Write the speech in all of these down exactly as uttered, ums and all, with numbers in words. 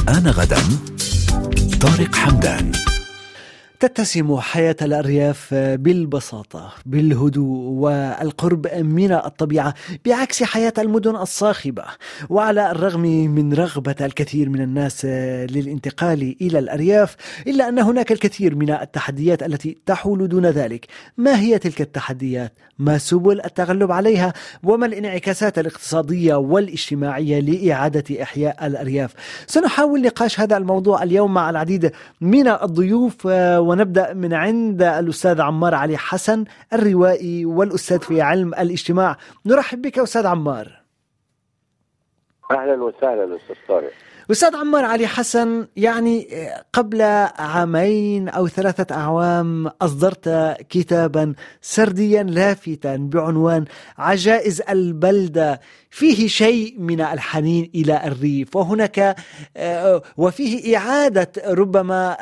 آن غدا طارق حمدان. تتسم حياة الأرياف بالبساطة، بالهدوء والقرب من الطبيعة، بعكس حياة المدن الصاخبة. وعلى الرغم من رغبة الكثير من الناس للانتقال إلى الأرياف، إلا أن هناك الكثير من التحديات التي تحول دون ذلك. ما هي تلك التحديات؟ ما سبل التغلب عليها؟ وما الانعكاسات الاقتصادية والاجتماعية لإعادة إحياء الأرياف؟ سنحاول نقاش هذا الموضوع اليوم مع العديد من الضيوف، ونبدأ من عند الأستاذ عمار علي حسن، الروائي والأستاذ في علم الاجتماع. نرحب بك أستاذ عمار. أهلا وسهلا أستاذ طارق. أستاذ عمار علي حسن، يعني قبل عامين أو ثلاثة أعوام أصدرت كتابا سرديا لافتا بعنوان عجائز البلدة، فيه شيء من الحنين إلى الريف، وهناك وفيه إعادة ربما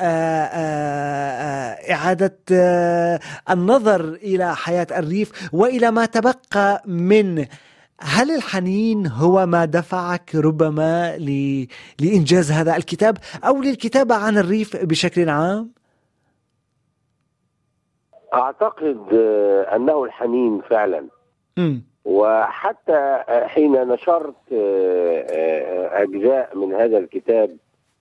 إعادة النظر إلى حياة الريف وإلى ما تبقى منه. هل الحنين هو ما دفعك ربما ل... لإنجاز هذا الكتاب أو للكتابة عن الريف بشكل عام؟ أعتقد أنه الحنين فعلا. م. وحتى حين نشرت أجزاء من هذا الكتاب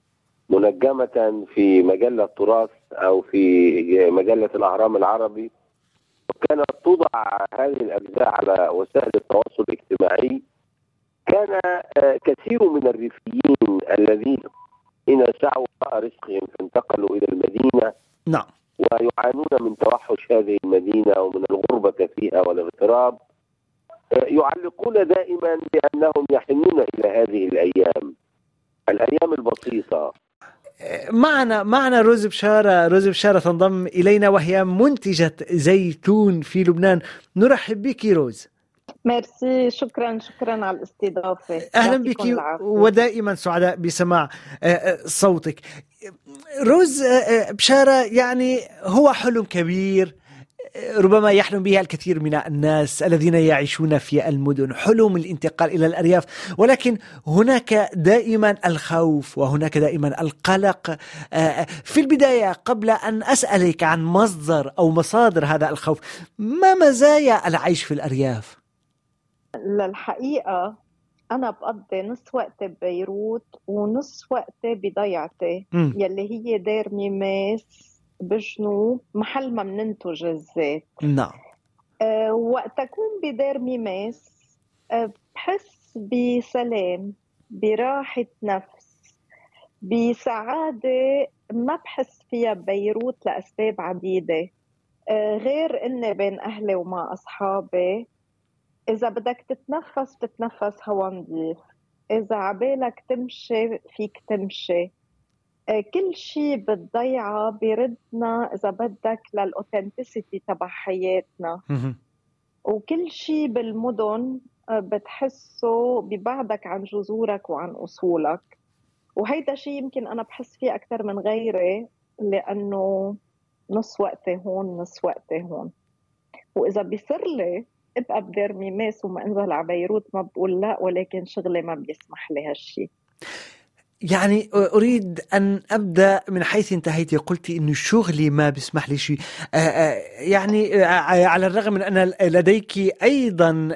منجمة في مجلة تراث أو في مجلة الأهرام العربي، وكانت توضع هذه الأجزاء على وسائل التواصل الاجتماعي، كان كثير من الريفيين الذين سعوا وراء رزقهم فانتقلوا إلى المدينة، نعم، ويعانون من توحش هذه المدينة ومن الغربة فيها والاغتراب، يعلقون دائما بأنهم يحنون إلى هذه الأيام الأيام البسيطة. معنا معنا روز بشارة روز بشارة تنضم إلينا، وهي منتجة زيتون في لبنان. نرحب بك روز. ميرسي، شكرا شكرا على الاستضافة. أهلا بك، ودائما سعداء بسماع صوتك. روز بشارة، يعني هو حلم كبير ربما يحلم به الكثير من الناس الذين يعيشون في المدن، حلم الانتقال إلى الأرياف، ولكن هناك دائما الخوف وهناك دائما القلق. في البداية، قبل أن أسألك عن مصدر أو مصادر هذا الخوف، ما مزايا العيش في الأرياف؟ للحقيقة أنا بقضي نص وقتي ببيروت ونص وقتي بضيعتي م. يلي هي دير ميماس بجنوب، محل ما مننتج الزيت. نعم. أه وقت أكون بدير ميماس أه بحس بسلام، براحة نفس، بسعادة ما بحس فيها ببيروت لأسباب عديدة. أه غير إني بين أهلي ومع أصحابي، إذا بدك تتنفس تتنفس هوا نظيف، إذا عبالك تمشي فيك تمشي. كل شيء بالضيعة بيردنا إذا بدك للأوثنتيسيتي تبع حياتنا، وكل شيء بالمدن بتحسه ببعدك عن جذورك وعن أصولك. وهيدا شيء يمكن أنا بحس فيه أكتر من غيري، لأنه نص وقتي هون نص وقتي هون. وإذا بيصير لي ابقى بدير ميماس وما انزل على بيروت ما بقول لا، ولكن شغلي ما بيسمح لي هالشي. يعني أريد أن أبدأ من حيث انتهيتي. قلتي إنه شغلي ما بيسمح لي شيء، يعني على الرغم من أن لديك أيضا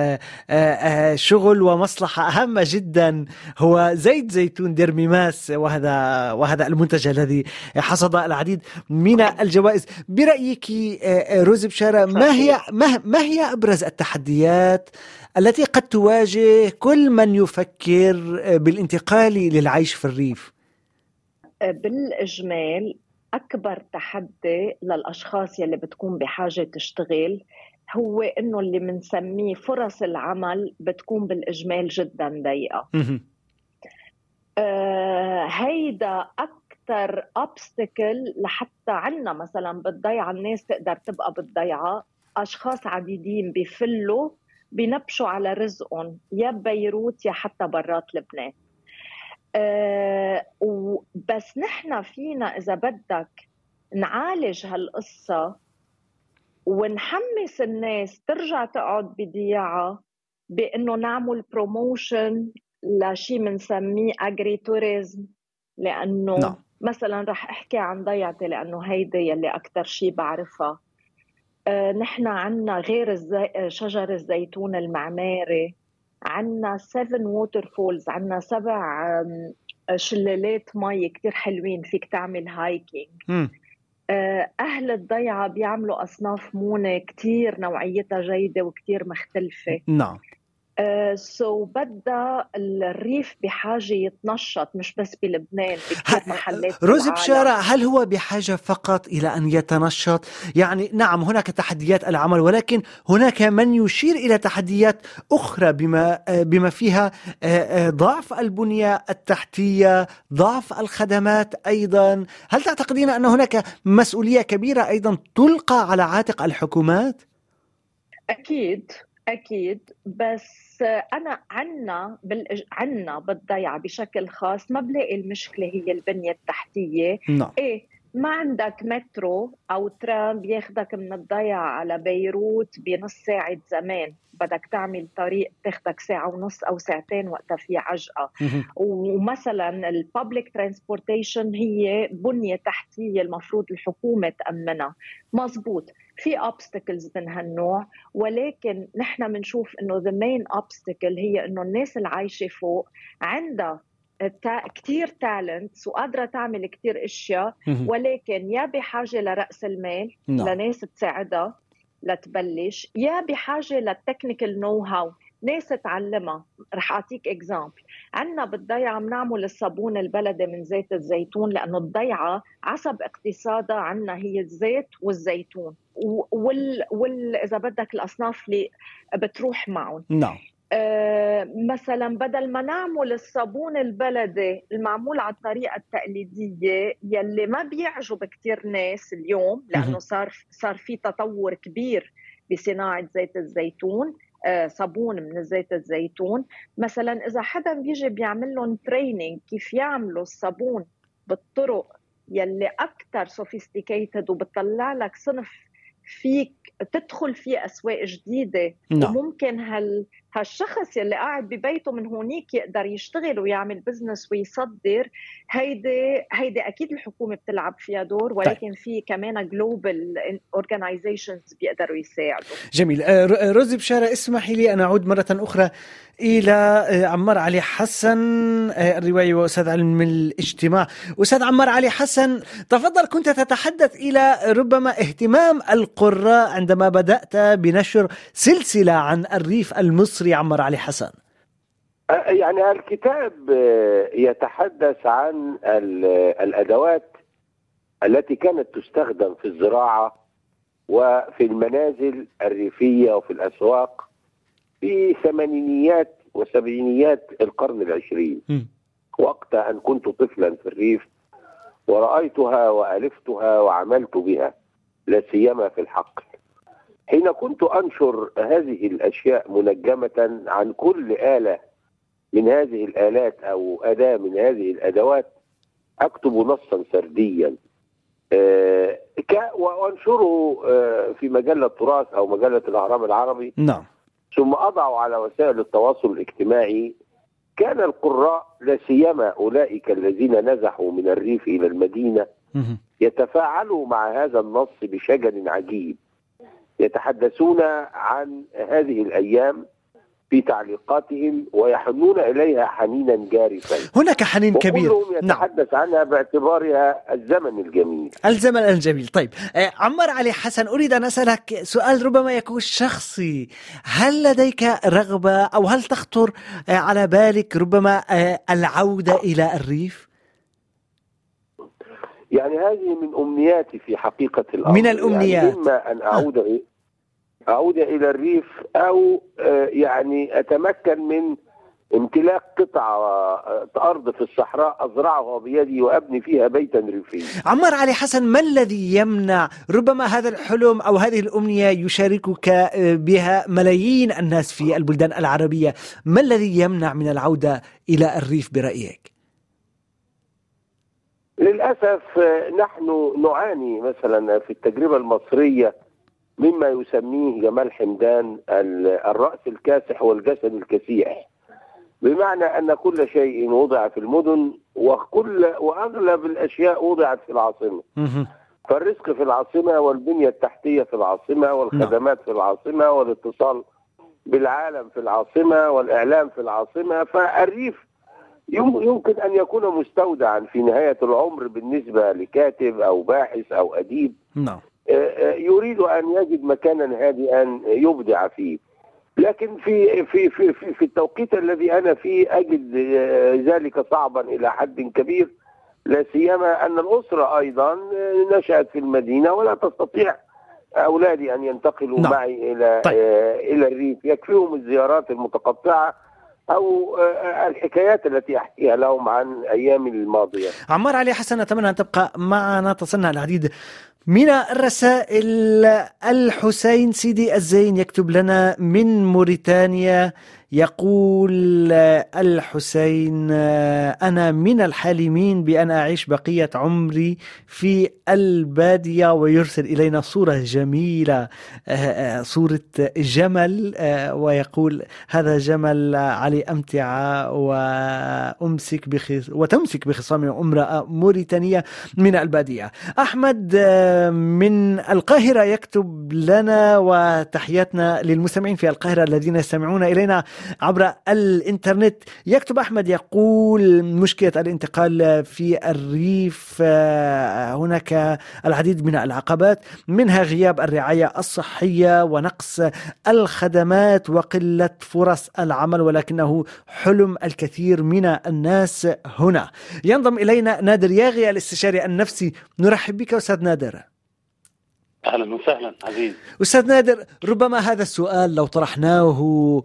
شغل ومصلحة هامة جدا، هو زيت زيتون دير ميماس، وهذا وهذا المنتج الذي حصد العديد من الجوائز. برأيك روز بشارة، ما هي ما هي أبرز التحديات التي قد تواجه كل من يفكر بالانتقال للعيش في الريف؟ بالإجمال أكبر تحدي للأشخاص يلي بتكون بحاجة تشتغل هو إنه اللي منسميه فرص العمل بتكون بالإجمال جدا ضيقة. آه هيدا أكتر أبستكل لحتى عنا مثلا بالضيعة الناس تقدر تبقى بالضيعة. أشخاص عديدين بيفلوا بينبشوا على رزقهم يا ببيروت يا حتى برات لبنان. أه بس نحن فينا إذا بدك نعالج هالقصة ونحمس الناس ترجع تقعد بضياعة، بأنه نعمل بروموشن لشي منسميه أجري توريزم، لأنه نعم. مثلا رح أحكي عن ضيعتي لأنه هيدي يلي أكتر شي بعرفها. آه نحن عنا غير الزي... شجر الزيتون المعماري، عنا seven waterfalls، عنا سبع شلالات مي كتير حلوين فيك تعمل هايكينج. م. أهل الضيعة بيعملوا أصناف مونة كتير نوعيتها جيدة وكتير مختلفة. نعم. سو uh, so بدأ الريف بحاجة يتنشط، مش بس بلبنان، بكثير محلات روزي بشارة، هل هو بحاجة فقط إلى أن يتنشط؟ يعني نعم هناك تحديات العمل، ولكن هناك من يشير إلى تحديات أخرى بما, بما فيها ضعف البنية التحتية، ضعف الخدمات أيضا. هل تعتقدين أن هناك مسؤولية كبيرة أيضا تلقى على عاتق الحكومات؟ أكيد أكيد، بس أنا عنا بالج... عنا بالضيعة بشكل خاص ما بلاقي المشكلة هي البنية التحتية. نعم. إيه، ما عندك مترو أو ترام بياخدك من الضيعة على بيروت بنص ساعة زمان، بدك تعمل طريق تاخدك ساعة ونص أو ساعتين وقتها في عجقة. ومثلا البابليك ترانسبورتيشن هي بنية تحتية المفروض الحكومة تأمنها، مزبوط، في obstacles من هالنوع، ولكن نحن بنشوف انه the main obstacle هي انه الناس اللي عايشة فوق عندها كتير تالنتس وقادرة تعمل كتير اشياء، ولكن يا بحاجة لرأس المال no. لناس تساعدها لتبلش، يا بحاجة للتكنيكال نو هاو، ناس تعلمها. رح أعطيك إكزامبل، عنا بالضيعة بنعمل الصابون البلدي من زيت الزيتون، لأنه الضيعة عصب اقتصادها عنا هي الزيت والزيتون وال, وال... إذا بدك الأصناف اللي بتروح معهم. نعم. آه مثلا بدل ما نعمل الصابون البلدي المعمول على الطريقة التقليدية يلي ما بيعجب كتير ناس اليوم، لأنه صار صار في تطور كبير بصناعة زيت الزيتون، آه صابون من زيت الزيتون. مثلا إذا حدا بيجي بيعمل لهم تريننج كيف يعملوا الصابون بالطرق يلي أكتر سوفيستيكيتد وبتطلع لك صنف فيك تدخل فيه أسواق جديدة، no. وممكن هال هالشخص يلي قاعد ببيته من هونيك يقدر يشتغل ويعمل بزنس ويصدر. هيدي هيدي أكيد الحكومة بتلعب فيها دور، ولكن في كمان جلوبال اورجانيزيشنز بيقدروا يساعدوا. جميل. روزي بشارة، اسمحي لي أن أعود مرة أخرى إلى عمار علي حسن، الروائي وأستاذ علم الاجتماع. أستاذ عمار علي حسن، تفضل. كنت تتحدث إلى ربما اهتمام القراء عندما بدأت بنشر سلسلة عن الريف المصري. عمار علي حسن، يعني الكتاب يتحدث عن الأدوات التي كانت تستخدم في الزراعة وفي المنازل الريفية وفي الأسواق في ثمانينيات وسبعينيات القرن العشرين، وقت أن كنت طفلا في الريف ورأيتها وألفتها وعملت بها، لا سيما في الحقل. حين كنت أنشر هذه الأشياء منجمة عن كل آلة من هذه الآلات أو أداة من هذه الأدوات، أكتب نصا سرديا أه وأنشره أه في مجلة تراث أو مجلة الأهرام العربي. نعم. ثم أضعه على وسائل التواصل الاجتماعي. كان القراء لا سيما أولئك الذين نزحوا من الريف إلى المدينة يتفاعلوا مع هذا النص بشجن عجيب، يتحدثون عن هذه الأيام في تعليقاتهم ويحنون إليها حنينا جارفا. هناك حنين كبير، وكلهم يتحدث نعم. عنها باعتبارها الزمن الجميل. الزمن الجميل. طيب عمار علي حسن، أريد أن أسألك سؤال ربما يكون شخصي. هل لديك رغبة أو هل تخطر على بالك ربما العودة إلى الريف؟ يعني هذه من أمنياتي في حقيقة الأمر. من الأمنيات، يعني إما أن أعود أه. أعود إلى الريف أو يعني أتمكن من امتلاك قطعة أرض في الصحراء أزرعها بيدي وأبني فيها بيتا ريفيا. عمار علي حسن، ما الذي يمنع ربما هذا الحلم أو هذه الأمنية يشاركك بها ملايين الناس في البلدان العربية؟ ما الذي يمنع من العودة إلى الريف برأيك؟ للأسف نحن نعاني مثلا في التجربة المصرية مما يسميه جمال حمدان الرأس الكاسح والجسد الكسيح. بمعنى أن كل شيء وضع في المدن وكل وأغلب الأشياء وضعت في العاصمة. فالرزق في العاصمة والبنية التحتية في العاصمة والخدمات في العاصمة والاتصال بالعالم في العاصمة والإعلام في العاصمة. فالريف يمكن أن يكون مستودعا في نهاية العمر بالنسبة لكاتب أو باحث أو أديب يريد أن يجد مكانا هادئا يبدع فيه. لكن في في في في, في التوقيت الذي أنا فيه أجد ذلك صعبا إلى حد كبير، لا سيما أن الأسرة أيضا نشأت في المدينة ولا تستطيع أولادي أن ينتقلوا نعم. معي إلى طيب. إلى الريف. يكفيهم الزيارات المتقطعة أو الحكايات التي أحكيها لهم عن أيام الماضية. عمار علي حسن، أتمنى أن تبقى معنا، تصلنا العديد من الرسائل. الحسين سيدي الزين يكتب لنا من موريتانيا، يقول الحسين: أنا من الحالمين بأن أعيش بقية عمري في البادية، ويرسل إلينا صورة جميلة، صورة جمل، ويقول: هذا جمل عليه أمتعة وأمسك بخص... وتمسك بخصام امرأة موريتانية من البادية. أحمد من القاهرة يكتب لنا، وتحياتنا للمستمعين في القاهرة الذين يستمعون إلينا عبر الإنترنت. يكتب أحمد يقول: مشكلة الانتقال في الريف، هناك العديد من العقبات، منها غياب الرعاية الصحية ونقص الخدمات وقلة فرص العمل، ولكنه حلم الكثير من الناس هنا. ينضم إلينا نادر ياغي الاستشاري النفسي. نرحب بك أستاذ نادر. أهلا وسهلا عزيز. أستاذ نادر، ربما هذا السؤال لو طرحناه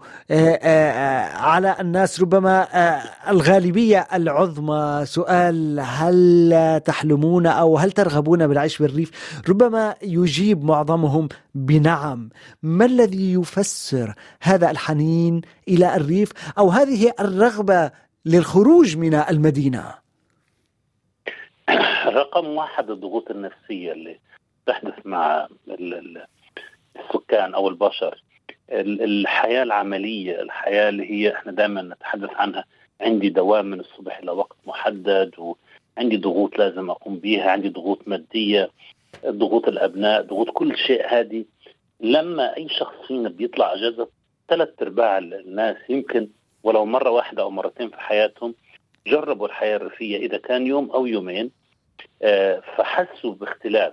على الناس، ربما الغالبية العظمى سؤال: هل تحلمون أو هل ترغبون بالعيش بالريف؟ ربما يجيب معظمهم بنعم. ما الذي يفسر هذا الحنين إلى الريف أو هذه الرغبة للخروج من المدينة؟ رقم واحد الضغوط النفسية اللي تحدث مع السكان أو البشر. الحياة العملية، الحياة اللي هي احنا دائما نتحدث عنها، عندي دوام من الصبح إلى وقت محدد، وعندي ضغوط لازم أقوم بيها، عندي ضغوط مادية، ضغوط الأبناء، ضغوط كل شيء. هذه لما أي شخص فينا بيطلع أجازة، ثلاث أرباع الناس يمكن ولو مرة واحدة أو مرتين في حياتهم جربوا الحياة الريفية، إذا كان يوم أو يومين، فحسوا باختلاف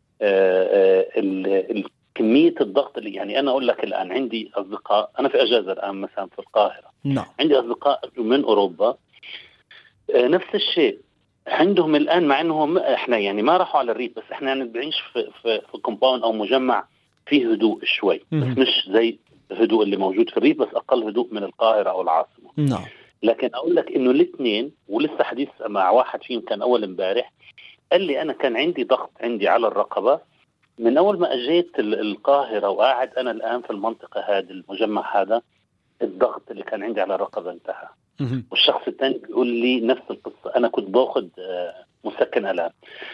كمية الضغط. اللي يعني أنا أقول لك الآن عندي أصدقاء، أنا في أجازة الآن مثلا في القاهرة، no. عندي أصدقاء من أوروبا نفس الشيء عندهم الآن، مع أنهم إحنا يعني ما راحوا على الريف، بس إحنا يعني بعيش في في في كومباوند أو مجمع فيه هدوء شوي، mm-hmm. بس مش زي الهدوء اللي موجود في الريف، بس أقل هدوء من القاهرة أو العاصمة. no. لكن أقول لك إنه الاثنين، ولسه حديث مع واحد فيهم كان أول امبارح، قال لي أنا كان عندي ضغط عندي على الرقبة من أول ما أجيت القاهرة وقاعد أنا الآن في المنطقة هذه المجمع هذا، الضغط اللي كان عندي على الرقبة انتهى. والشخص الثاني بيقول لي نفس القصة، أنا كنت باخذ مسكن ألام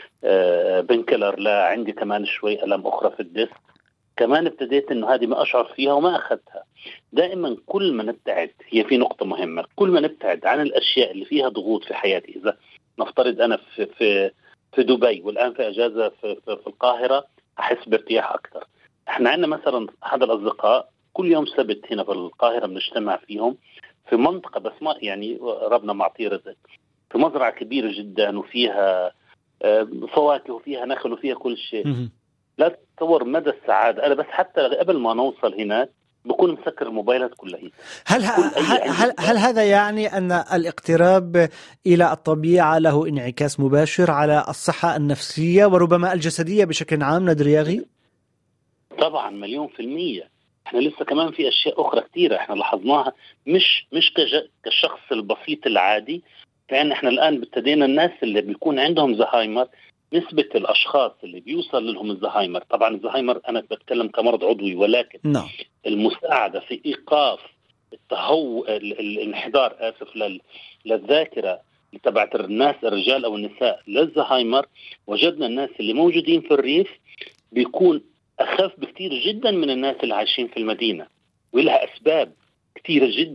بنكلر، لا عندي كمان شوي ألام أخرى في الديسك، كمان ابتديت إنه هذه ما أشعر فيها وما أخذتها. دائما كل ما نبتعد، هي في نقطة مهمة، كل ما نبتعد عن الأشياء اللي فيها ضغوط في حياتي، إذا نفترض أنا في في في دبي والآن في أجازة في, في, في القاهرة، أحس بارتياح أكثر. إحنا عندنا مثلا أحد الأصدقاء كل يوم سبت هنا في القاهرة بنجتمع فيهم في منطقة، بس ما يعني ربنا معطيه رزق، في مزرعة كبيرة جدا وفيها فواكه وفيها نخل وفيها كل شيء. لا تتصور مدى السعادة. أنا بس حتى قبل ما نوصل هناك بكون مسكر الموبايلات كلها. هل, هل, هل, هل هذا يعني أن الاقتراب إلى الطبيعة له انعكاس مباشر على الصحة النفسية وربما الجسدية بشكل عام نادر ياغي؟ طبعا مليون في المية. احنا لسه كمان في أشياء أخرى كثيرة احنا لاحظناها، مش مش كشخص البسيط العادي. فإن احنا الآن ابتدينا الناس اللي بيكون عندهم زهايمر، نسبة الأشخاص اللي بيوصل لهم الزهايمر، طبعا الزهايمر أنا بتكلم كمرض عضوي، ولكن no. المساعدة في إيقاف التهو الانحدار آسف لل... للذاكرة تبعت الناس الرجال أو النساء للزهايمر، وجدنا الناس اللي موجودين في الريف بيكون أخف بكثير جدا من الناس اللي عايشين في المدينة، ولها أسباب كثيرة جدا.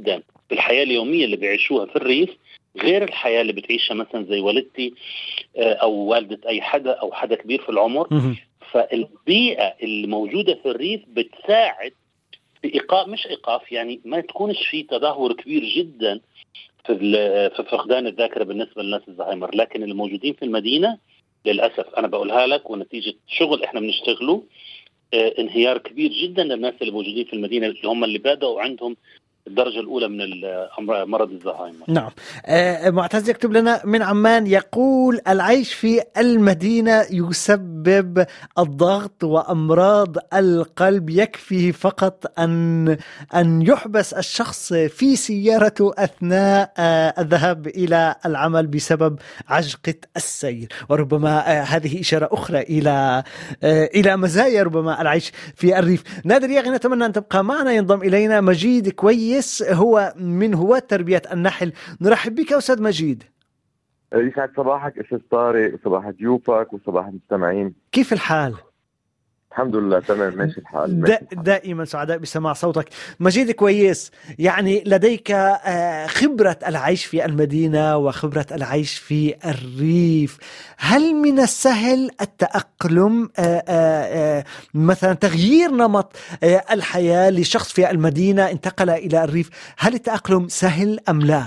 بالحياة اليومية اللي بيعيشوها في الريف غير الحياة اللي بتعيشها مثلا زي والدتي أو والدة أي حدا أو حدا كبير في العمر. فالبيئة اللي موجودة في الريف بتساعد في إيقاف، مش إيقاف يعني ما تكونش في تدهور كبير جدا في في فقدان الذاكرة بالنسبة للناس الزهايمر. لكن الموجودين في المدينة للأسف أنا بقولها لك ونتيجة شغل إحنا بنشتغله اه انهيار كبير جدا للناس اللي موجودين في المدينة اللي هم اللي بدأوا عندهم الدرجة الأولى من مرض الزهايمر. نعم. آه معتز يكتب لنا من عمان يقول العيش في المدينة يسبب الضغط وأمراض القلب، يكفي فقط أن أن يحبس الشخص في سيارته أثناء آه الذهاب إلى العمل بسبب عجقة السير. وربما آه هذه إشارة أخرى إلى آه إلى مزايا ربما العيش في الريف. نادر ياغي نتمنى أن تبقى معنا. ينضم إلينا مجيد كويس هو من هواة تربية النحل. نرحب بك أستاذ مجيد. يسعد صباحك أستاذ طارق وصباح ضيوفك وصباح المستمعين. كيف الحال؟ الحمد لله تمام ماشي الحال. دا دائما سعداء بسماع صوتك. مجيد كويس، يعني لديك خبرة العيش في المدينة وخبرة العيش في الريف، هل من السهل التأقلم مثلا تغيير نمط الحياة لشخص في المدينة انتقل إلى الريف؟ هل التأقلم سهل أم لا؟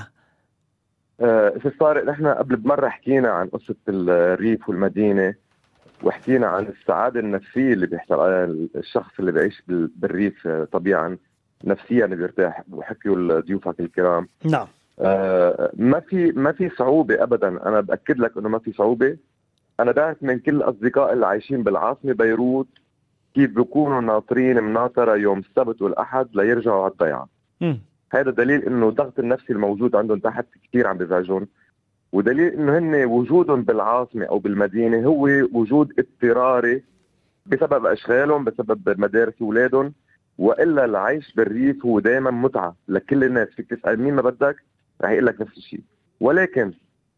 أستاذ طارق نحن قبل بمرة حكينا عن قصة الريف والمدينة وحكينا عن السعادة النفسية اللي بيحصل على الشخص اللي بيعيش بالريف طبيعا نفسيا بيرتاح، وحكيوا ضيوفك الكرام. نعم. آه ما في ما في صعوبة أبدا، أنا بأكد لك إنه ما في صعوبة. أنا بعرف من كل الأصدقاء اللي عايشين بالعاصمة بيروت كيف بيكونوا ناطرين مناطرة يوم السبت والأحد ليرجعوا على الضيعة. هذا دليل إنه الضغط النفسي الموجود عندهم تحت كثير عم بيزعجهم، ودليل انه هن وجودهم بالعاصمه او بالمدينه هو وجود اضطراري بسبب اشغالهم بسبب مدارس اولادهم، والا العيش بالريف هو دائما متعه لكل الناس. فيك تسال مين ما بدك رح يقول لك نفس الشيء. ولكن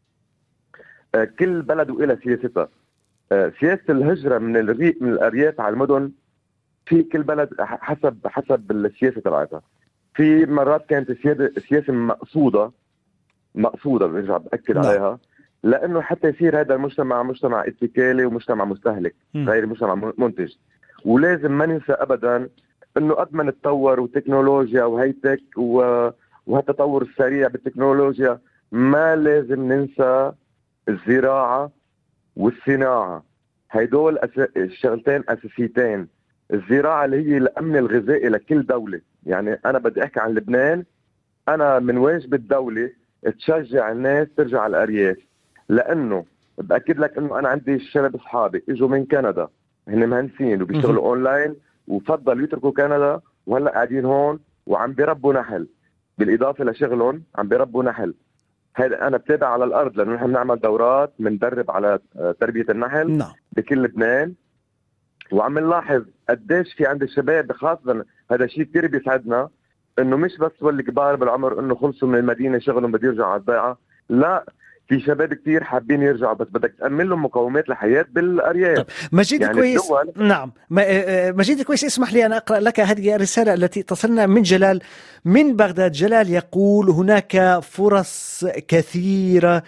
آه كل بلد وإلى سياستها. آه سياسه الهجره من الريف من الارياف على المدن في كل بلد حسب حسب السياسه تبعتها. في مرات كانت السياسه سياسه مقصوده مقصودة برجع بأكد عليها، لأنه حتى يصير هذا المجتمع مجتمع اتكالي ومجتمع مستهلك غير مجتمع منتج. ولازم ما ننسى أبدا أنه قد ما نتطور وتكنولوجيا وهيتك وهالتطور السريع بالتكنولوجيا ما لازم ننسى الزراعة والصناعة. هيدول الشغلتين أساسيتين. الزراعة اللي هي الأمن الغذائي لكل دولة. يعني أنا بدي أحكي عن لبنان، أنا من واجب الدولة تشجع الناس ترجع على الأرياف، لأنه بأكد لك أنه أنا عندي شباب أصحابي إجوا من كندا هن مهندسين وبيشتغلوا أونلاين وفضلوا يتركوا كندا وهلأ قاعدين هون وعم بيربوا نحل بالإضافة لشغلهم عم بيربوا نحل. هذا أنا بتابع على الأرض لأنه نحن بنعمل دورات بندرب على تربية النحل نعم. بكل لبنان، وعم نلاحظ قديش في عند الشباب خاصة. هذا شيء كتير بيسعدنا انه مش بس واللي كبار بالعمر انه خلصوا من المدينه شغلهم بده يرجعوا على الضيعه، لا في شباب كتير حابين يرجعوا بس بدك تأمن لهم مقومات الحياه بالارياف. مجيد يعني كويس. نعم مجيد كويس، اسمح لي ان اقرا لك هذه الرساله التي تصلنا من جلال من بغداد. جلال يقول هناك فرص كثيره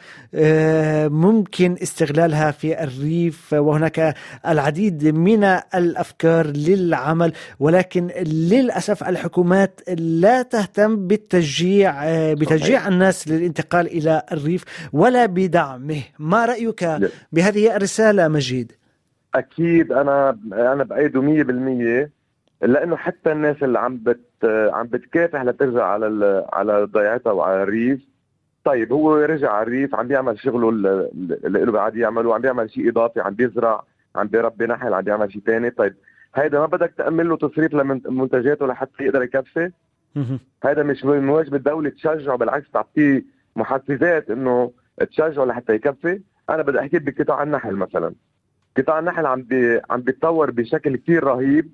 ممكن استغلالها في الريف، وهناك العديد من الافكار للعمل، ولكن للاسف الحكومات لا تهتم بالتشجيع بتشجيع الناس للانتقال الى الريف ولا بدعمه. ما رأيك بهذه الرسالة مجيد؟ أكيد أنا أنا بأيده مية بالمية، لأنه حتى الناس اللي عم بت عم بتكافح لترجع على على ضيعتها وعلى الريف. طيب هو رجع على الريف عم بيعمل شغله اللي له بعد يعمله، عم بيعمل شيء إضافي، عم بيزرع، عم بيربي نحل، عم بيعمل شيء تاني. طيب هيدا ما بدك تأمن له تصريف لمنتجاته لحتى يقدر يكفي؟ هيدا مش من واجب الدولة تشجعه، بالعكس تعطيه محفزات انه تشجعه لحتى يكفي. انا بدي احكي بقطاع النحل مثلا. قطاع النحل عم بي عم بيتطور بشكل كتير رهيب،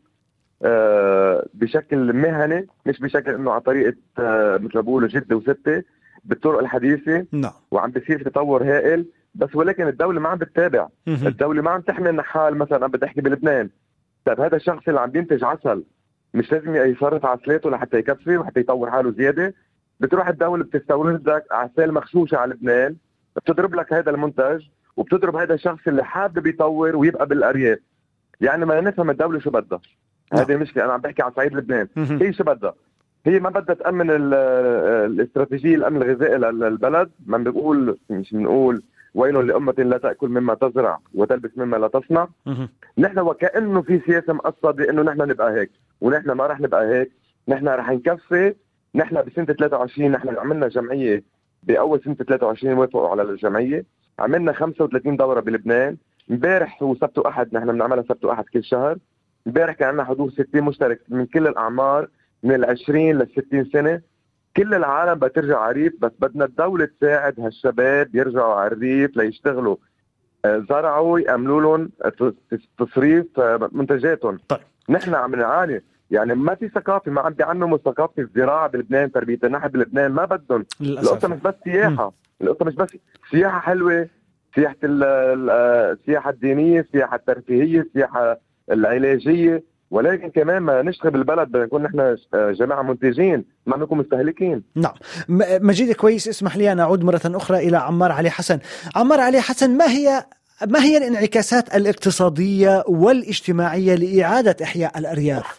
آه بشكل مهني، مش بشكل انه على طريقه آه مثل ما بيقولوا جده وسته بالطرق الحديثه. نعم. وعم بيصير في تطور هائل، بس ولكن الدوله ما عم بتتابع. الدوله ما عم تحمي النحال مثلا. عم بدي احكي بلبنان، طيب هذا الشخص اللي عم بينتج عسل مش لازم يصرف عسلاته لحتى يكفي وحتى يطور حاله زياده؟ بتروح الدولة بتستورد لك عسال مغشوشة على لبنان، بتضرب لك هذا المنتج وبتضرب هذا الشخص اللي حابب يطور ويبقى بالأرياف. يعني ما نفهم الدولة شو بدها. هذه المشكلة. أنا عم بحكي على صعيد لبنان. هي شو بدها؟ هي ما بدها تأمن الاستراتيجية الأمن الغذائي للبلد. ما بنقول مش بنقول ويل لأمة لا تأكل مما تزرع وتلبس مما لا تصنع. نحن وكأنه في سياسة مقصدة إنه نحن نبقى هيك، ونحن ما رح نبقى هيك. نحن رح نكفي. نحن بسنة ثلاثة وعشرين نحن عملنا جمعية، بأول سنة ثلاثة وعشرين وافقوا على الجمعية. عملنا خمسة وثلاثين دورة بلبنان. امبارح وسبت وأحد نحن بنعملها سبت وأحد كل شهر. امبارح كان عندنا حضور ستين مشترك من كل الأعمار، من العشرين للستين سنة. كل العالم بترجع على الريف، بس بدنا الدولة تساعد هالشباب يرجعوا على الريف ليشتغلوا، زرعوا يأملوا لهم تصريف منتجاتهم. طيب. نحن عم نعاني، يعني ما في ثقافة، ما عم بيعنوا ثقافة الزراعة بلبنان، تربية النحل بلبنان ما بدهم. القصة مش بس سياحة، القصة مش بس سياحة حلوة، سياحة السياحة الدينية، السياحة الترفيهية، السياحة العلاجية، ولكن كمان ما نشتغل بالبلد بدنا نكون نحن جماعة منتجين، ما نكون مستهلكين. نعم. مجيد كويس، اسمح لي أن أعود مرة أخرى إلى عمار علي حسن. عمار علي حسن، ما هي ما هي الانعكاسات الاقتصادية والاجتماعية لإعادة إحياء الأرياف؟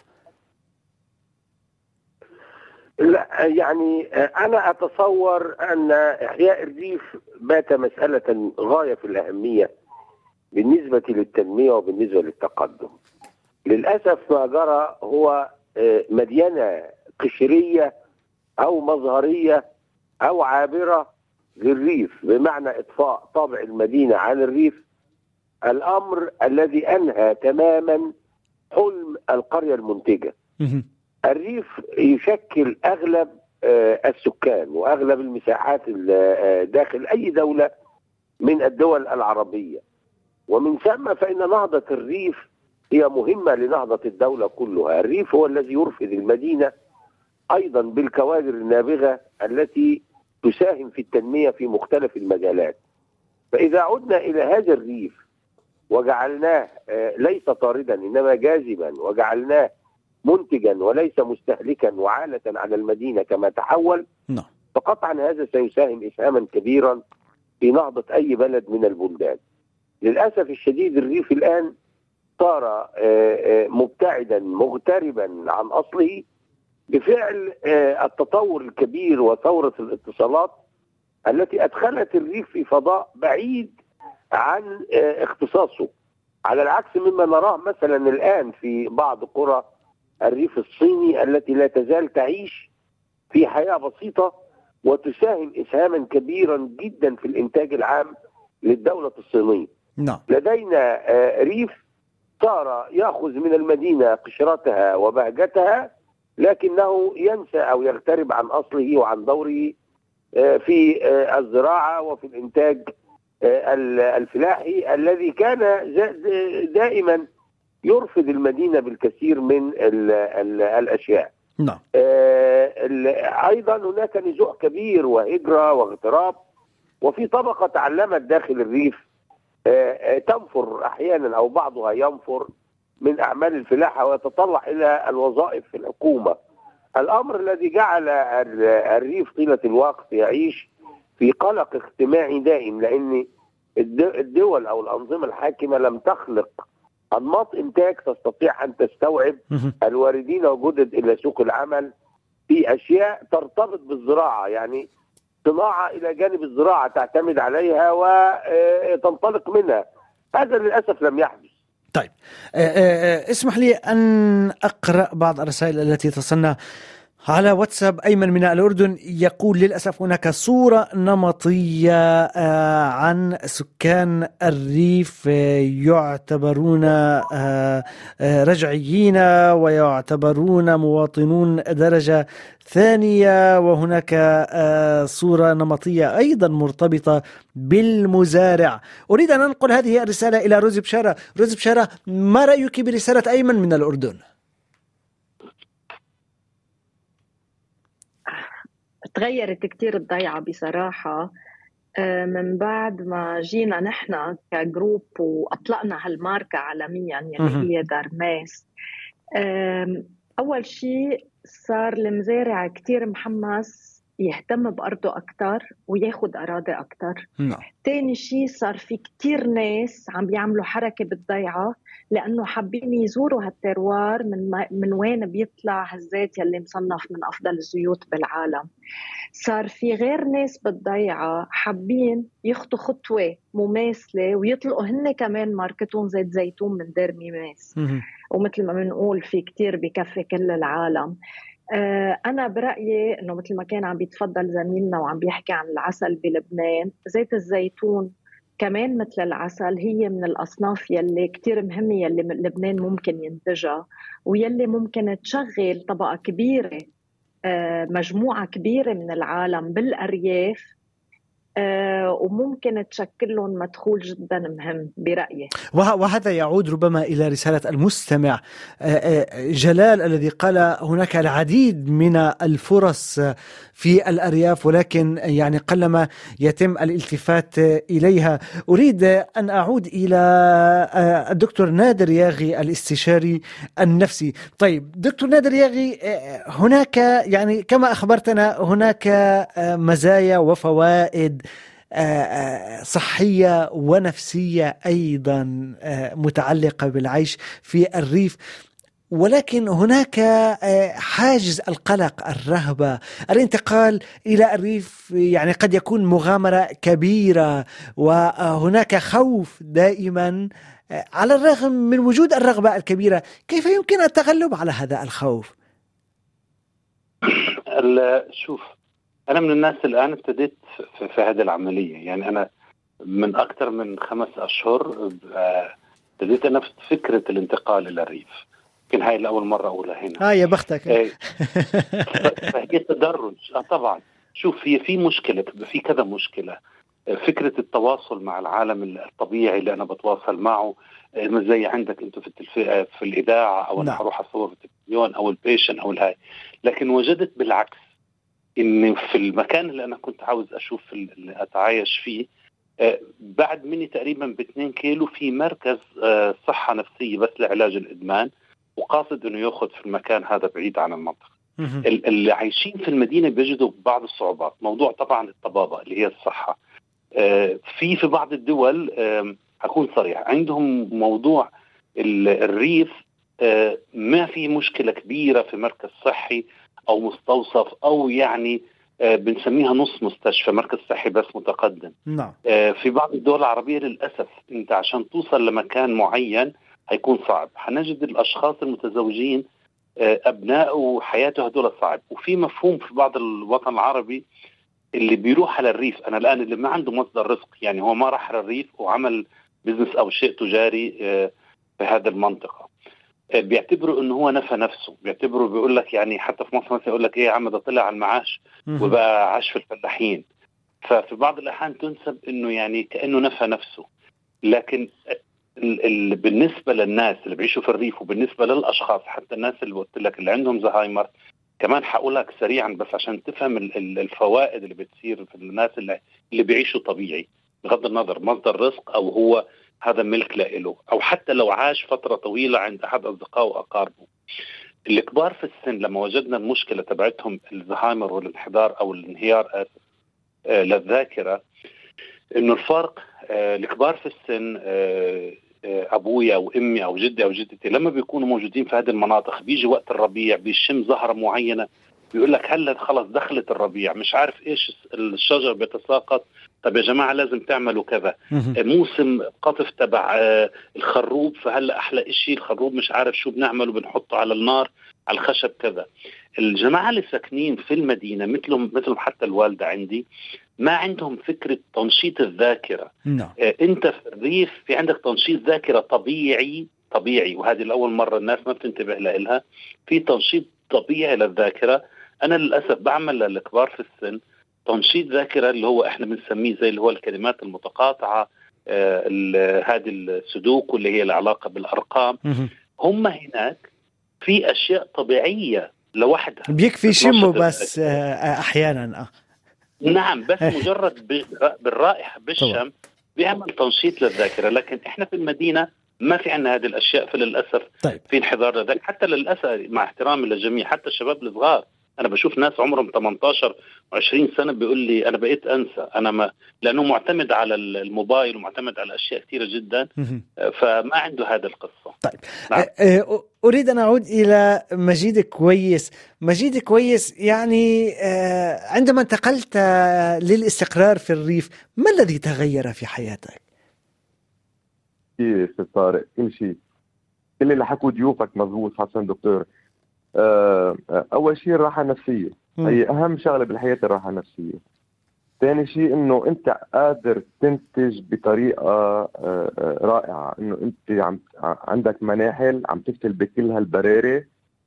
لا يعني أنا أتصور أن إحياء الريف بات مسألة غاية في الأهمية بالنسبة للتنمية وبالنسبة للتقدم. للأسف ما جرى هو مدينة قشرية أو مظهرية أو عابرة للريف، بمعنى إطفاء طابع المدينة عن الريف، الأمر الذي أنهى تماما حلم القرية المنتجة. الريف يشكل أغلب السكان وأغلب المساحات داخل أي دولة من الدول العربية، ومن ثم فإن نهضة الريف هي مهمة لنهضة الدولة كلها. الريف هو الذي يرفد المدينة أيضا بالكوادر النابغة التي تساهم في التنمية في مختلف المجالات. فإذا عدنا إلى هذا الريف وجعلناه ليس طاردا إنما جاذبا، وجعلناه منتجا وليس مستهلكا وعالة على المدينة كما تحول، فقطعا هذا سيساهم إسهاما كبيرا في نهضة أي بلد من البلدان. للأسف الشديد الريف الآن صار مبتعدا مغتربا عن أصله بفعل التطور الكبير وثورة الاتصالات التي أدخلت الريف في فضاء بعيد عن اختصاصه، على العكس مما نراه مثلا الآن في بعض قرى الريف الصيني التي لا تزال تعيش في حياة بسيطة وتساهم إسهاما كبيرا جدا في الإنتاج العام للدولة الصينية. نعم. لدينا ريف صار يأخذ من المدينة قشرتها وبهجتها، لكنه ينسى أو يغترب عن أصله وعن دوره في الزراعة وفي الإنتاج الفلاحي الذي كان دائما يرفض المدينة بالكثير من ال ال الأشياء. نعم. أيضا هناك نزوع كبير وهجرة واغتراب، وفي طبقة تعلمت داخل الريف تنفر أحيانا أو بعضها ينفر من أعمال الفلاحة ويتطلع إلى الوظائف في الحكومة، الأمر الذي جعل الريف طيلة الوقت يعيش في قلق اجتماعي دائم، لأن الدول أو الأنظمة الحاكمة لم تخلق أنماط إنتاج تستطيع أن تستوعب الواردين وجدد إلى سوق العمل في أشياء ترتبط بالزراعة، يعني صناعة إلى جانب الزراعة تعتمد عليها وتنطلق منها. هذا للأسف لم يحدث. طيب اسمح لي أن أقرأ بعض الرسائل التي تصلنا على واتساب. أيمن من الأردن يقول: للأسف هناك صورة نمطية عن سكان الريف، يعتبرون رجعيين ويعتبرون مواطنون درجة ثانية، وهناك صورة نمطية أيضا مرتبطة بالمزارع. أريد أن أنقل هذه الرسالة إلى روزي بشارة. روزي بشارة، ما رأيك برسالة أيمن من الأردن؟ تغيرت كتير الضيعة بصراحة من بعد ما جينا نحن كجروب وأطلقنا هالماركة عالميا اللي هي دارماس. أول شيء صار المزارع كتير محمس يهتم بأرضه أكتر وياخد أراضي أكتر. نعم. تاني شيء صار في كتير ناس عم بيعملوا حركة بالضيعة لأنه حابين يزوروا هالتروار من, من وين بيطلع هالزيت يلي مصنف من أفضل الزيوت بالعالم. صار في غير ناس بالضيعة حابين يخطوا خطوة مماثلة ويطلقوا هن كمان ماركتون زيت زيتون من دير ميماس، ومثل ما بنقول في كتير بكفي كل العالم. أنا برأيي أنه مثل ما كان عم بيتفضل زميلنا وعم بيحكي عن العسل بلبنان، زيت الزيتون كمان مثل العسل هي من الأصناف يلي كتير مهمة يلي لبنان ممكن ينتجها ويلي ممكن تشغل طبقة كبيرة، مجموعة كبيرة من العالم بالأرياف، وممكن تشكل لهم مدخول جدا مهم برأيي. وهذا يعود ربما إلى رسالة المستمع جلال الذي قال هناك العديد من الفرص في الأرياف ولكن يعني قلما يتم الالتفات إليها. أريد أن أعود إلى الدكتور نادر ياغي الاستشاري النفسي. طيب دكتور نادر ياغي، هناك يعني كما أخبرتنا هناك مزايا وفوائد صحية ونفسية أيضا متعلقة بالعيش في الريف، ولكن هناك حاجز القلق، الرهبة، الانتقال إلى الريف يعني قد يكون مغامرة كبيرة، وهناك خوف دائما على الرغم من وجود الرغبة الكبيرة. كيف يمكن التغلب على هذا الخوف؟ شوف، أنا من الناس الآن ابتديت في, في هذه العملية، يعني أنا من أكثر من خمس أشهر ابتديت نفس فكرة الانتقال إلى الريف. يمكن هاي لأول مرة أقولها هنا. آه يا بختك. آه فهي تدرج. آه طبعا. شوف، هي في مشكلة، في كذا مشكلة. فكرة التواصل مع العالم الطبيعي اللي أنا بتواصل معه، زي عندك أنتم في التلفزيون في الإذاعة، أو أنا هروح أصور في التلفزيون أو البيشن أو الهاي. لكن وجدت بالعكس إن في المكان اللي أنا كنت عاوز أشوف اللي أتعايش فيه، آه بعد مني تقريبا باثنين كيلو في مركز آه صحة نفسية بس لعلاج الإدمان، وقاصد إنه يأخذ في المكان هذا بعيد عن المنطقة. اللي عايشين في المدينة بيجدوا بعض الصعوبات. موضوع طبعا الطبابة اللي هي الصحة، آه في في بعض الدول آه هكون صريح، عندهم موضوع الريف آه ما في مشكلة كبيرة في مركز صحي أو مستوصف، أو يعني آه بنسميها نص مستشفى، مركز صحي بس متقدم. نعم. آه في بعض الدول العربية للأسف أنت عشان توصل لمكان معين هيكون صعب. هنجد الأشخاص المتزوجين آه أبناء وحياته هدول صعب. وفي مفهوم في بعض الوطن العربي اللي بيروح على الريف، أنا الآن اللي ما عنده مصدر رزق، يعني هو ما راح على الريف وعمل بزنس أو شيء تجاري آه في هذه المنطقة، بيعتبروا انه هو نفى نفسه، بيعتبروا بيقول لك يعني حتى في مصر مثلا يقول لك ايه يا عم ده طلع على المعاش وبقى عاش في الفلاحين. ففي بعض الاحيان تنسب انه يعني كانه نفى نفسه. لكن ال ال بالنسبه للناس اللي بيعيشوا في الريف، وبالنسبه للاشخاص حتى الناس اللي قلت لك اللي عندهم زهايمر، كمان هقول لك سريعا بس عشان تفهم ال الفوائد اللي بتصير في الناس اللي اللي بيعيشوا طبيعي، بغض النظر مصدر رزق او هو هذا ملك له، أو حتى لو عاش فترة طويلة عند أحد أصدقائه وأقاربه. الكبار في السن لما وجدنا المشكلة تبعتهم الزهايمر والانحدار أو الانهيار آه للذاكرة، إنه الفرق آه الكبار في السن آه آه أبويا أو أمي أو جدي أو جدتي لما بيكونوا موجودين في هذه المناطق، بيجي وقت الربيع بيشم زهرة معينة، بيقول لك هلا خلاص دخلت الربيع، مش عارف إيش الشجر بيتساقط، طب يا جماعة لازم تعملوا كذا. موسم قطف تبع الخروب، فهلا أحلى إشي الخروب، مش عارف شو بنعمله، بنحطه على النار على الخشب كذا. الجماعة اللي ساكنين في المدينة مثلهم مثلهم حتى الوالدة عندي ما عندهم فكرة تنشيط الذاكرة. نعم. أنت في الريف في عندك تنشيط ذاكرة طبيعي طبيعي، وهذه الأول مرة الناس ما بتنتبه لها. في تنشيط طبيعي للذاكرة. أنا للأسف بعمل للكبار في السن تنشيط ذاكرة اللي هو احنا بنسميه زي اللي هو الكلمات المتقاطعة، آه هذه السودوكو اللي هي العلاقة بالأرقام. هم هناك في أشياء طبيعية لوحدها، بيكفي شمه بس آه أحيانا آه. نعم، بس مجرد بالرائحة بالشم بيعمل تنشيط للذاكرة. لكن احنا في المدينة ما في عنا هذه الأشياء، فللأسف طيب. في انحدار لذلك. حتى للأسف مع احترامي للجميع، حتى الشباب الصغار انا بشوف ناس عمرهم ثمانية عشر وعشرين سنه بيقول لي انا بقيت انسى، انا ما لانه معتمد على الموبايل ومعتمد على اشياء كثيره جدا، فما عنده هذا القصه. طيب نعم. اريد ان اعود الى مجيد كويس. مجيد كويس، يعني عندما انتقلت للاستقرار في الريف ما الذي تغير في حياتك؟ كثير طارق، كل شيء، كل اللي حكوا ضيوفك مضبوط حسن دكتور. اول شيء الراحه النفسيه، هي اهم شغله بالحياه، الراحه النفسيه. ثاني شيء انه انت قادر تنتج بطريقه رائعه، انه انت عم عندك مناحل عم تفتل بكل هالبراري.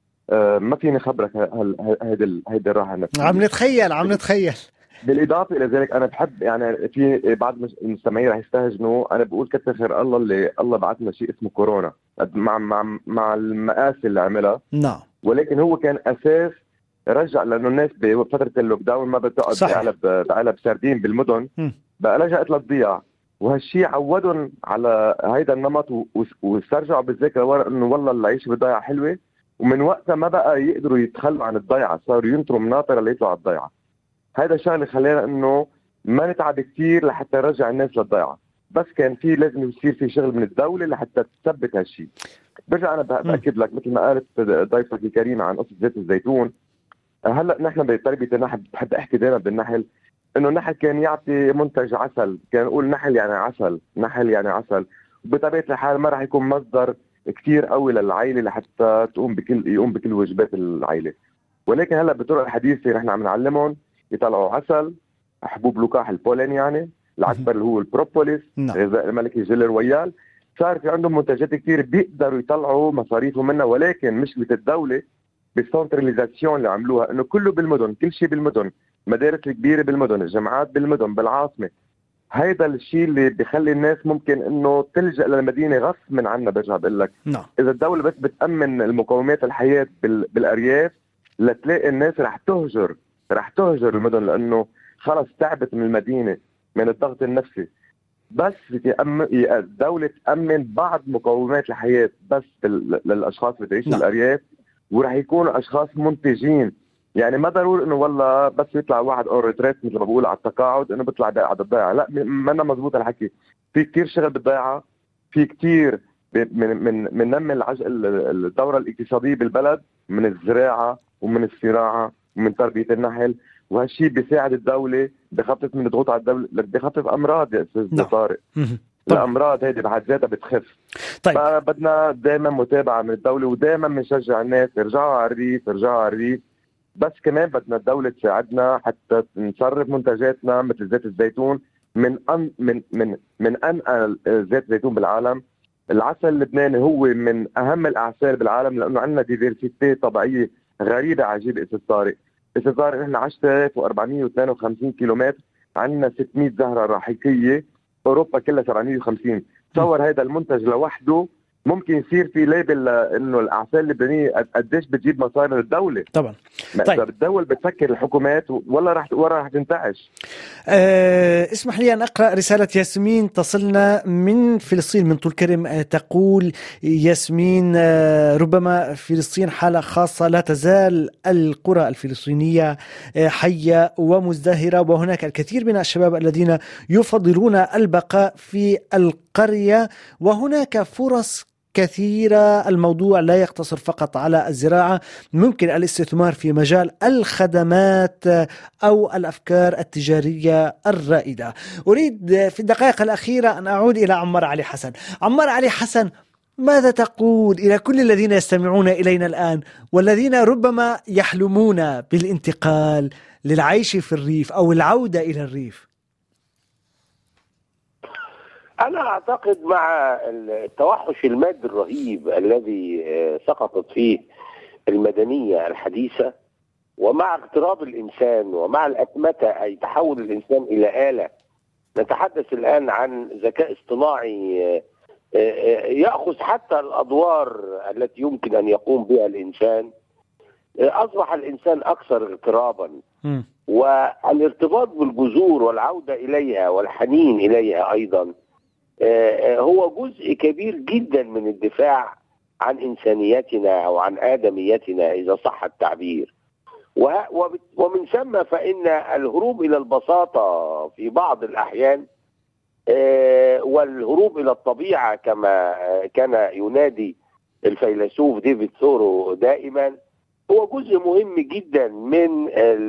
ما فيني خبرك هيدي هيدي الراحه النفسيه. عم نتخيل عم نتخيل بالاضافه الى ذلك انا بحب، يعني في بعض المستمعين رح يستهجنوا، انا بقول كتر خير الله اللي الله بعث لنا شيء اسمه كورونا مع مع مع المآسي اللي عملها. نعم. ولكن هو كان اساس رجع، لانه الناس بفتره اللوك داون ما بتقعد بعلب بعلب سردين بالمدن، بقى لجأت للضياع، وهالشيء عودهم على هيدا النمط واسترجعوا بالذاكره انه والله العيشه بالضيعه حلوه، ومن وقتها ما بقى يقدروا يتخلوا عن الضيعه، صاروا ينطروا مناطره ليطلعوا على الضيعه. هذا الشغله خلينا انه ما نتعب كثير لحتى نرجع الناس للضيعه، بس كان في لازم يصير في شغل من الدوله لحتى تثبت هالشيء. برجع انا باكد لك مثل ما قالت ضيفتك الكريمه عن قصه زيت الزيتون. هلا نحن بتربيه النحل بحب احكي دائما بالنحل انه النحل كان يعطي منتج عسل، كان نقول نحل يعني عسل، نحل يعني عسل، وبطبيعه الحال ما راح يكون مصدر كثير قوي للعائله لحتى تقوم بكل يقوم بكل واجبات العائله. ولكن هلا بالطرق الحديثه نحن عم نعلمهم يطلعوا عسل، حبوب لقاح البولين يعني العكبر اللي هو البروبوليس، غذاء الملكي جل الرويال، صار في عندهم منتجات كثير بيقدروا يطلعوا مصاريفهم منها. ولكن مشكله الدوله بالسنتراليزاسيون اللي عملوها انه كله بالمدن، كل شيء بالمدن، مدارس كبيره بالمدن، الجامعات بالمدن بالعاصمه. هيدا الشيء اللي بيخلي الناس ممكن انه تلجأ للمدينه غصب عنها. برجع بقول لك نعم. اذا الدوله بس بتامن المقومات الحياه بالارياف لتلاقي الناس رح تهجر رح تهجر المدن، لانه خلص تعبت من المدينه من الضغط النفسي. بس الدوله تامن بعض مقومات الحياه بس للاشخاص اللي بيعيشوا نعم. بالارياف، وراح يكونوا اشخاص منتجين. يعني ما ضروري انه والله بس يطلع واحد اون ريتريت مثل ما بقول على التقاعد انه بيطلع قاعد الضيعه، لا ما أنا مزبوط الحكي. في كثير شغل بالضيعه، في كثير من من من نمي العج... الدوره الاقتصاديه بالبلد، من الزراعه ومن الصناعه ومن تربيه النحل، وهالشيء بيساعد الدوله بخفف من الضغوط على الدوله، بخفف امراض يا استاذ طارق. الامراض هذه بحد ذاتها بتخف. طيب. فبدنا دائما متابعه من الدوله، ودائما بنشجع الناس يرجعوا على الريف يرجعوا على الريف. بس كمان بدنا الدوله تساعدنا حتى نصرف منتجاتنا مثل زيت الزيتون من أن من من من انقى زيت الزيتون بالعالم. العسل اللبناني هو من اهم الاعسال بالعالم، لانه عندنا ديفيرسيتي طبيعيه غريبه عجيبه. استاذ طارق استاذ طارق نحن عشرة آلاف وأربعمية واثنين وخمسين كيلومتر، عندنا ستمية زهره راحقيه، اوروبا كلها سبعمية وخمسين. تصور هذا المنتج لوحده ممكن يصير في ليبل انه الاعسال اللبنانيه قديش بتجيب مصاري للدوله. طبعا. طيب الدول بتفكر الحكومات والله راح ولا راح تنتعش. أه اسمح لي ان اقرا رساله ياسمين تصلنا من فلسطين من طول كرم. تقول ياسمين أه ربما فلسطين حاله خاصه، لا تزال القرى الفلسطينيه حيه ومزدهره، وهناك الكثير من الشباب الذين يفضلون البقاء في القريه، وهناك فرص كثيرة. الموضوع لا يقتصر فقط على الزراعة، ممكن الاستثمار في مجال الخدمات أو الأفكار التجارية الرائدة. أريد في الدقائق الأخيرة أن أعود إلى عمار علي حسن. عمار علي حسن، ماذا تقول إلى كل الذين يستمعون إلينا الآن والذين ربما يحلمون بالانتقال للعيش في الريف أو العودة إلى الريف؟ أنا أعتقد مع التوحش المادي الرهيب الذي سقطت فيه المدنية الحديثة، ومع اقتراب الإنسان ومع الأتمتة أي تحول الإنسان إلى آلة، نتحدث الآن عن ذكاء اصطناعي يأخذ حتى الأدوار التي يمكن أن يقوم بها الإنسان، أصبح الإنسان أكثر اغترابا. والارتباط بالجذور والعودة إليها والحنين إليها أيضا هو جزء كبير جدا من الدفاع عن إنسانيتنا أو عن آدميتنا إذا صح التعبير. ومن ثم فإن الهروب إلى البساطة في بعض الأحيان والهروب إلى الطبيعة كما كان ينادي الفيلسوف ديفيد ثورو دائما هو جزء مهم جدا من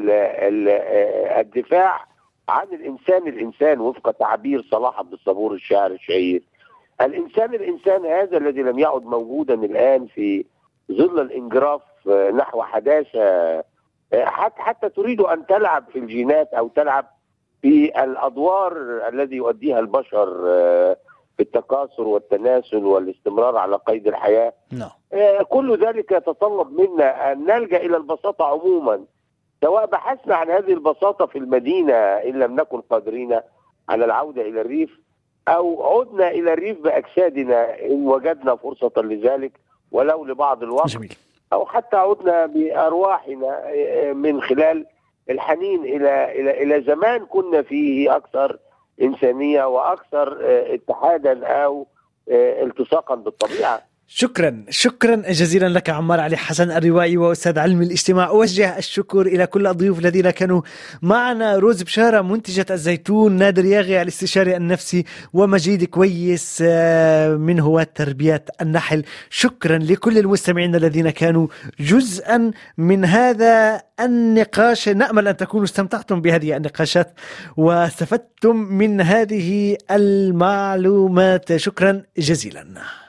الدفاع عن الإنسان الإنسان وفق تعبير صلاح عبد الصبور الشاعر الشهير. الإنسان الإنسان هذا الذي لم يعد موجودا الآن في ظل الانجراف نحو حداثة، حتى حتى تريد أن تلعب في الجينات أو تلعب في الأدوار الذي يؤديها البشر في التكاثر والتناسل والاستمرار على قيد الحياة. no. كل ذلك يتطلب منا أن نلجأ إلى البساطة عموما، سواء بحثنا عن هذه البساطة في المدينة إن لم نكن قادرين على العودة إلى الريف، أو عدنا إلى الريف بأجسادنا إن وجدنا فرصة لذلك ولو لبعض الوقت. جميل. أو حتى عدنا بأرواحنا من خلال الحنين إلى إلى إلى زمان كنا فيه أكثر إنسانية وأكثر اتحادا أو التصاقا بالطبيعة. شكرا شكرا جزيلا لك عمار علي حسن الروائي وأستاذ علم الاجتماع. أوجه الشكر إلى كل الضيوف الذين كانوا معنا: روز بشارة منتجة الزيتون، نادر ياغي الاستشاري النفسي، ومجيد كويس من هواة تربية النحل. شكرا لكل المستمعين الذين كانوا جزءا من هذا النقاش. نأمل أن تكونوا استمتعتم بهذه النقاشات واستفدتم من هذه المعلومات. شكرا جزيلا.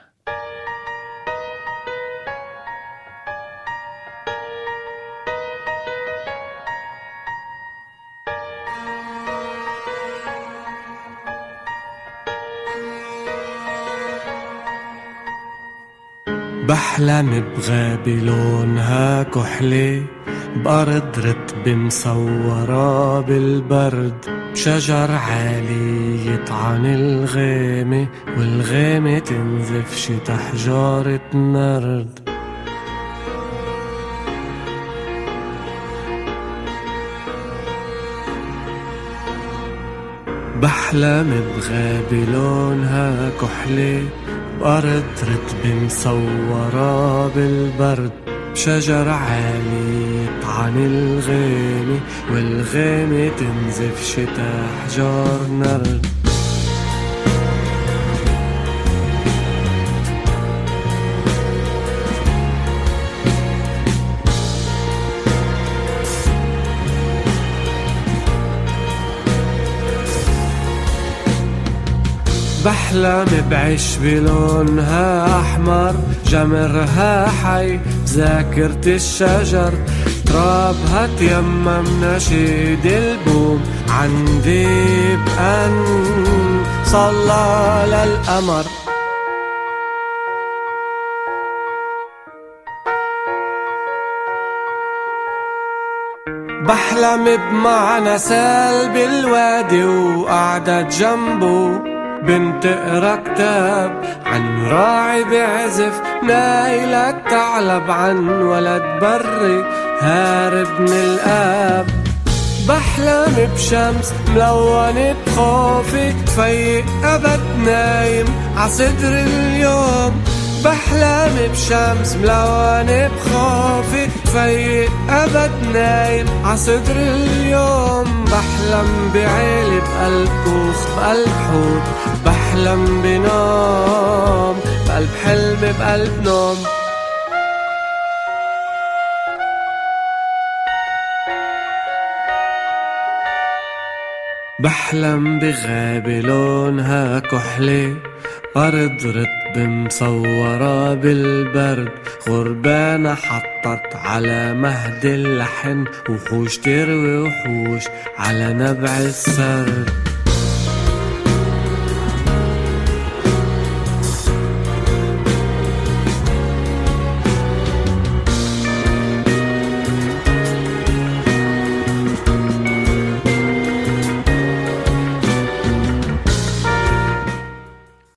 بحلم بغابة لونها كحلة، بأرض رتبة مصورة بالبرد، بشجر عالي يطعن الغامة، والغامة تنزف شتا حجارة نرد. بحلم بغابة لونها كحلة، بأرض رتبة مصورة بالبرد، بشجر عالي يطعن الغامة، والغامة تنزف شتا حجار نرد. بحلم بعيش بلونها أحمر، جمرها حي ذاكرة الشجر، ترابها تيمم نشيد البوم، عندي بأن صلى للقمر. بحلم بمعنى سال بالوادي، وقعدت جنبه بنت اقرا كتاب عن راعي بعزف نايل الثعلب، عن ولد بري هارب من الآب. بحلم بشمس ملونة بخوفي تفيق أبد نايم عصدر اليوم. بحلم بشمس ملونة بخوفي تفيق أبد نايم عصدر اليوم. بحلم بعيلة بقلب كوخ بقلب حوت، بحلم بنوم بقلب حلم بقلب نوم. بحلم بغابة لونها كحلة، أرض رتبة مصورة بالبرد، غربانة حطت على مهد اللحن، وحوش تروي وحوش على نبع السرد.